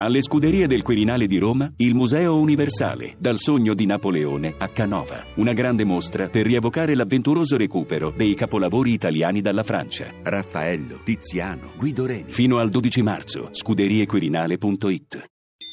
Alle Scuderie del Quirinale di Roma, il Museo Universale, dal sogno di Napoleone a Canova. Una grande mostra per rievocare l'avventuroso recupero dei capolavori italiani dalla Francia. Raffaello, Tiziano, Guido Reni. Fino al 12 marzo, scuderiequirinale.it.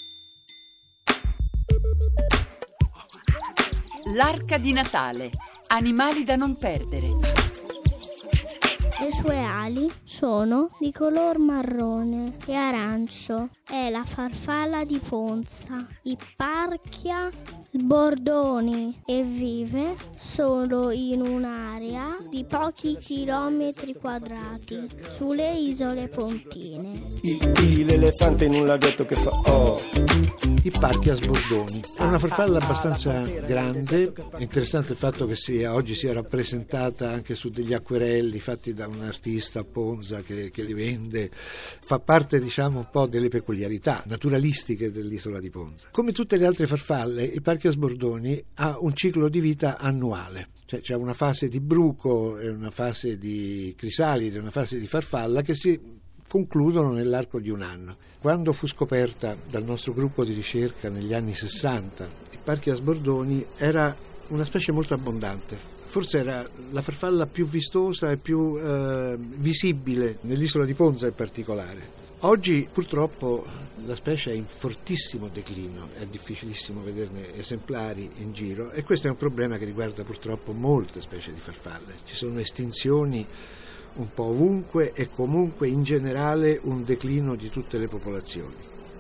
L'Arca di Natale. Animali da non perdere. Le sue ali sono di color marrone e arancio. È la farfalla di Ponza, Hipparchia sbordoni, e vive solo in un'area di pochi chilometri quadrati sulle isole Pontine. L'elefante in un laghetto che fa Hipparchia sbordoni è una farfalla abbastanza grande. È interessante il fatto che oggi sia rappresentata anche su degli acquerelli fatti da un artista a Ponza che li vende. Fa parte, diciamo, un po' delle peculiarità naturalistiche dell'isola di Ponza. Come tutte le altre farfalle, Hipparchia sbordoni ha un ciclo di vita annuale. Cioè, c'è una fase di bruco e una fase di crisalide, una fase di farfalla che si concludono nell'arco di un anno. Quando fu scoperta dal nostro gruppo di ricerca negli anni 60, Hipparchia sbordoni era una specie molto abbondante. Forse era la farfalla più vistosa e più visibile nell'isola di Ponza in particolare. Oggi purtroppo la specie è in fortissimo declino, è difficilissimo vederne esemplari in giro, e questo è un problema che riguarda purtroppo molte specie di farfalle. Ci sono estinzioni un po' ovunque e comunque in generale un declino di tutte le popolazioni.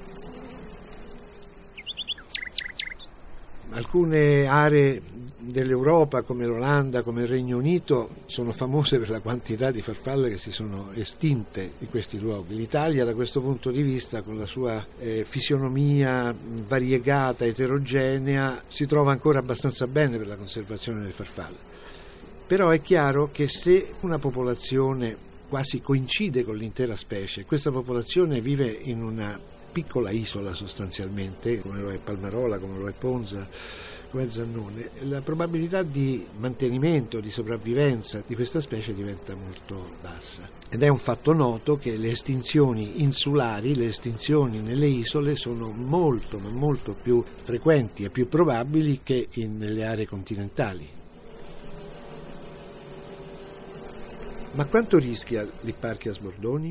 Alcune aree dell'Europa, come l'Olanda, come il Regno Unito, sono famose per la quantità di farfalle che si sono estinte in questi luoghi. L'Italia, da questo punto di vista, con la sua fisionomia variegata, eterogenea, si trova ancora abbastanza bene per la conservazione delle farfalle. Però è chiaro che se una popolazione quasi coincide con l'intera specie, questa popolazione vive in una piccola isola sostanzialmente, come lo è Palmarola, come lo è Ponza, come Zannone, la probabilità di mantenimento, di sopravvivenza di questa specie diventa molto bassa. Ed è un fatto noto che le estinzioni insulari, le estinzioni nelle isole, sono molto, ma molto più frequenti e più probabili che nelle aree continentali. Ma quanto rischia l'Hipparchia sbordoni?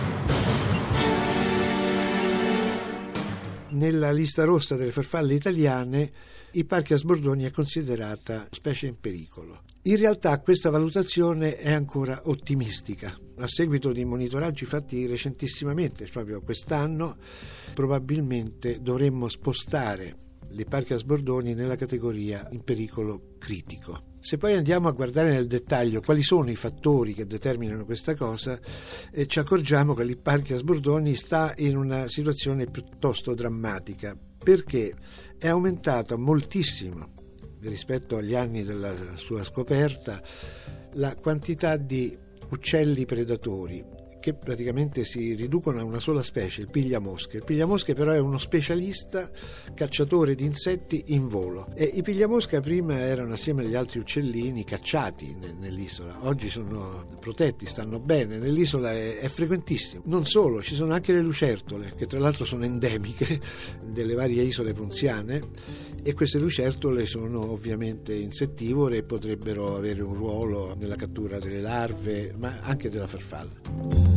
Nella lista rossa delle farfalle italiane, Hipparchia sbordoni è considerata specie in pericolo. In realtà questa valutazione è ancora ottimistica. A seguito di monitoraggi fatti recentissimamente, proprio quest'anno, probabilmente dovremmo spostare l'Hipparchia sbordoni nella categoria in pericolo critico. Se poi andiamo a guardare nel dettaglio quali sono i fattori che determinano questa cosa, ci accorgiamo che l'Hipparchia sbordoni sta in una situazione piuttosto drammatica, perché è aumentata moltissimo rispetto agli anni della sua scoperta la quantità di uccelli predatori, che praticamente si riducono a una sola specie, il pigliamosche. Il pigliamosche però è uno specialista cacciatore di insetti in volo, e i pigliamosca prima erano, assieme agli altri uccellini, cacciati nell'isola. Oggi sono protetti, stanno bene, nell'isola è frequentissimo. Non solo, ci sono anche le lucertole, che tra l'altro sono endemiche delle varie isole ponziane, e queste lucertole sono ovviamente insettivore e potrebbero avere un ruolo nella cattura delle larve, ma anche della farfalla.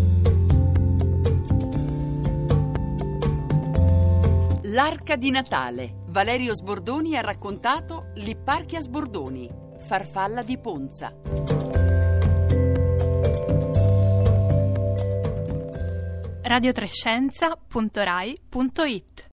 L'Arca di Natale. Valerio Sbordoni ha raccontato l'Hipparchia sbordoni, farfalla di Ponza. radiotrescienza.rai.it